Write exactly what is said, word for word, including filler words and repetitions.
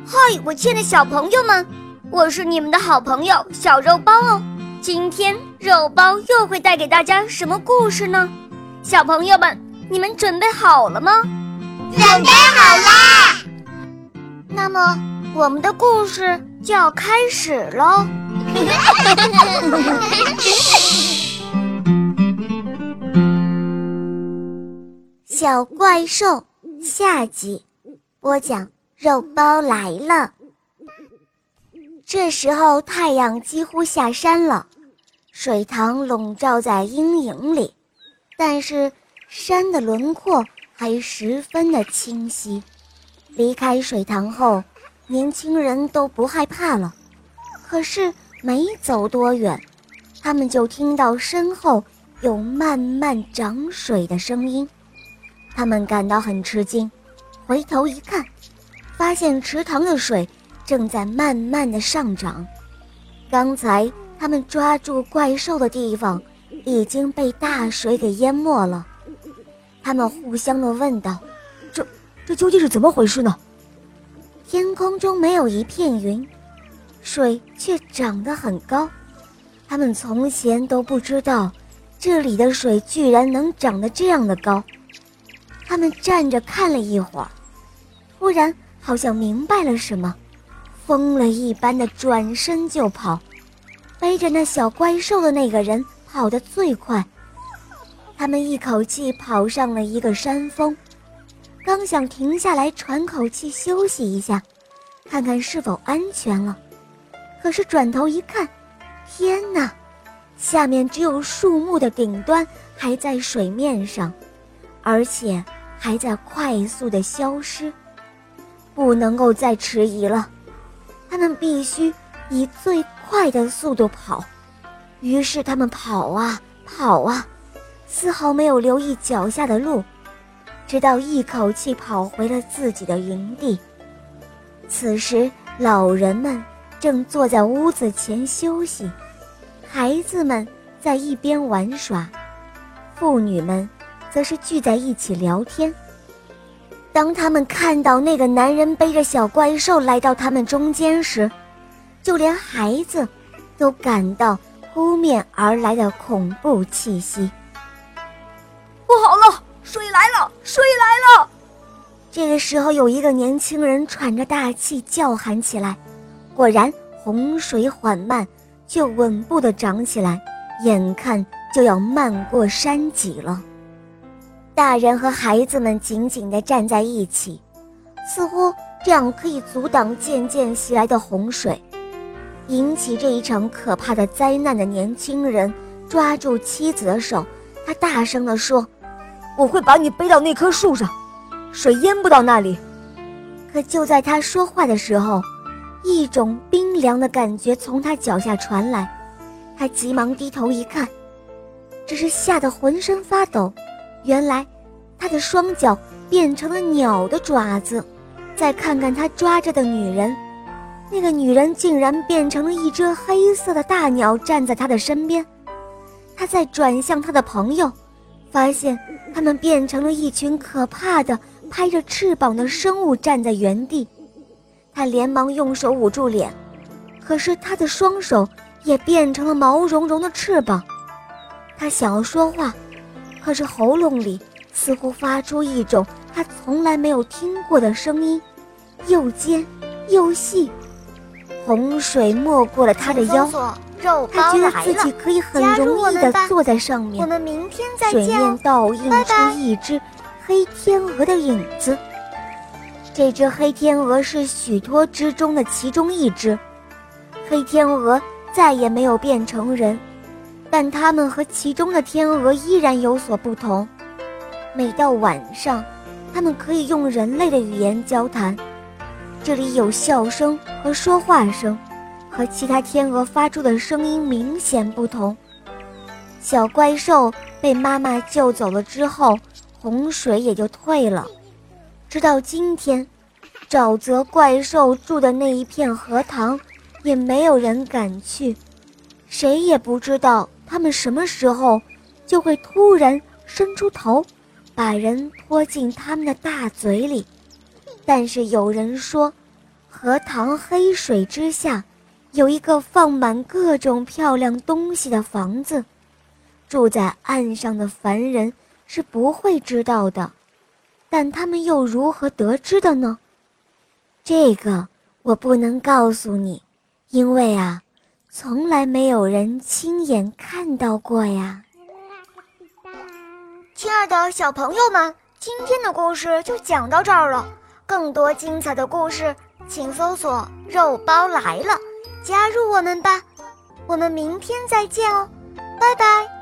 嗨，我亲爱的小朋友们，我是你们的好朋友小肉包哦。今天肉包又会带给大家什么故事呢？小朋友们，你们准备好了吗？ 准备好啦！ 那么我们的故事就要开始咯。小怪兽下集，播讲肉包来了。这时候太阳几乎下山了，水塘笼罩在阴影里，但是山的轮廓还十分的清晰。离开水塘后，年轻人都不害怕了。可是没走多远，他们就听到身后有慢慢涨水的声音。他们感到很吃惊，回头一看，发现池塘的水正在慢慢的上涨。刚才他们抓住怪兽的地方已经被大水给淹没了。他们互相的问道： 这这究竟是怎么回事呢？ 天空中没有一片云，水却涨得很高。他们从前都不知道这里的水居然能涨得这样的高。他们站着看了一会儿，忽然好像明白了什么，疯了一般的转身就跑。背着那小怪兽的那个人跑得最快。他们一口气跑上了一个山峰，刚想停下来喘口气休息一下，看看是否安全了，可是转头一看，天哪，下面只有树木的顶端还在水面上，而且还在快速的消失。不能够再迟疑了，他们必须以最快的速度跑。于是他们跑啊跑啊，丝毫没有留意脚下的路，直到一口气跑回了自己的营地。此时老人们正坐在屋子前休息，孩子们在一边玩耍，妇女们则是聚在一起聊天。当他们看到那个男人背着小怪兽来到他们中间时，就连孩子都感到扑面而来的恐怖气息。 不好了，水来了，水来了！ 这个时候有一个年轻人喘着大气叫喊起来，果然洪水缓慢却稳步地涨起来，眼看就要漫过山脊了。大人和孩子们紧紧地站在一起，似乎这样可以阻挡渐渐袭来的洪水。引起这一场可怕的灾难的年轻人抓住妻子的手，他大声地说： 我会把你背到那棵树上，水淹不到那里。 可就在他说话的时候，一种冰凉的感觉从他脚下传来，他急忙低头一看，只是吓得浑身发抖。原来他的双脚变成了鸟的爪子。再看看他抓着的女人，那个女人竟然变成了一只黑色的大鸟，站在他的身边。他再转向他的朋友，发现他们变成了一群可怕的拍着翅膀的生物，站在原地。他连忙用手捂住脸，可是他的双手也变成了毛茸茸的翅膀。他想要说话，可是喉咙里似乎发出一种他从来没有听过的声音，又尖又细。洪水没过了他的腰，他觉得自己可以很容易地坐在上面。 我们明天再见。 见。 水面倒映出一只黑天鹅的影子。这只黑天鹅是许多只中的其中一只。黑天鹅再也没有变成人，但它们和其中的天鹅依然有所不同。每到晚上，它们可以用人类的语言交谈，这里有笑声和说话声，和其他天鹅发出的声音明显不同。小怪兽被妈妈救走了之后，洪水也就退了。直到今天，沼泽怪兽住的那一片荷塘也没有人敢去，谁也不知道他们什么时候就会突然伸出头，把人拖进他们的大嘴里。但是有人说， 荷塘黑水之下，有一个放满各种漂亮东西的房子，住在岸上的凡人是不会知道的，但他们又如何得知的呢？这个我不能告诉你，因为啊，从来没有人亲眼看到过呀。 亲爱的小朋友们，今天的故事就讲到这儿了。更多精彩的故事，请搜索“肉包来了”，加入我们吧。我们明天再见哦，拜拜。